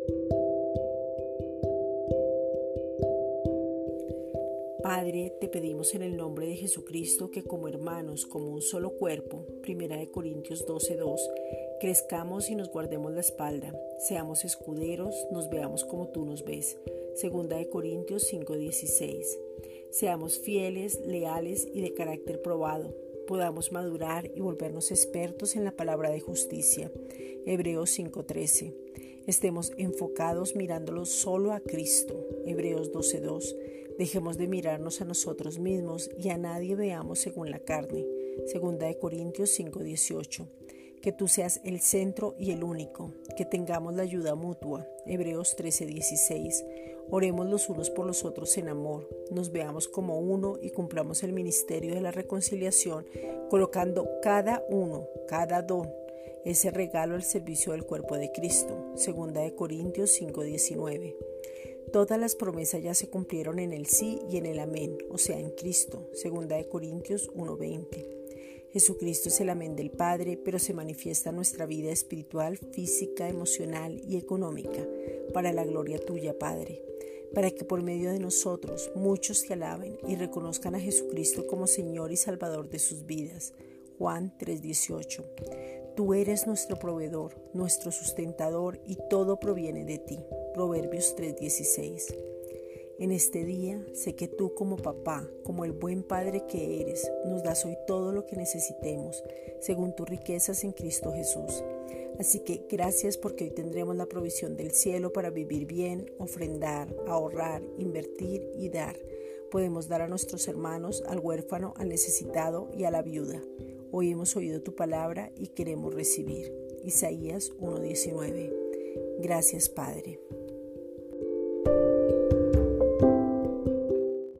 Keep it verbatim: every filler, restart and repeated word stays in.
Padre, te pedimos en el nombre de Jesucristo que como hermanos, como un solo cuerpo, primera de Corintios doce dos, crezcamos y nos guardemos la espalda, seamos escuderos, nos veamos como tú nos ves, segunda de Corintios cinco dieciséis, seamos fieles, leales y de carácter probado, podamos madurar y volvernos expertos en la palabra de justicia, Hebreos cinco trece, estemos enfocados mirándolo solo a Cristo, Hebreos doce dos, dejemos de mirarnos a nosotros mismos y a nadie veamos según la carne. Segunda de Corintios cinco dieciocho. Que tú seas el centro y el único. Que tengamos la ayuda mutua. Hebreos trece dieciséis. Oremos los unos por los otros en amor. Nos veamos como uno y cumplamos el ministerio de la reconciliación, colocando cada uno, cada don, ese regalo al servicio del cuerpo de Cristo. Segunda de Corintios cinco diecinueve. Todas las promesas ya se cumplieron en el sí y en el amén, o sea, en Cristo, segunda de Corintios uno veinte. Jesucristo es el amén del Padre, pero se manifiesta en nuestra vida espiritual, física, emocional y económica, para la gloria tuya, Padre, para que por medio de nosotros muchos te alaben y reconozcan a Jesucristo como Señor y Salvador de sus vidas. Juan tres dieciocho. Tú eres nuestro proveedor, nuestro sustentador y todo proviene de ti. Proverbios tres dieciséis. En este día sé que tú como papá, como el buen padre que eres, nos das hoy todo lo que necesitemos, según tus riquezas en Cristo Jesús. Así que gracias porque hoy tendremos la provisión del cielo para vivir bien, ofrendar, ahorrar, invertir y dar. Podemos dar a nuestros hermanos, al huérfano, al necesitado y a la viuda. Hoy hemos oído tu palabra y queremos recibir. Isaías uno diecinueve. Gracias, Padre.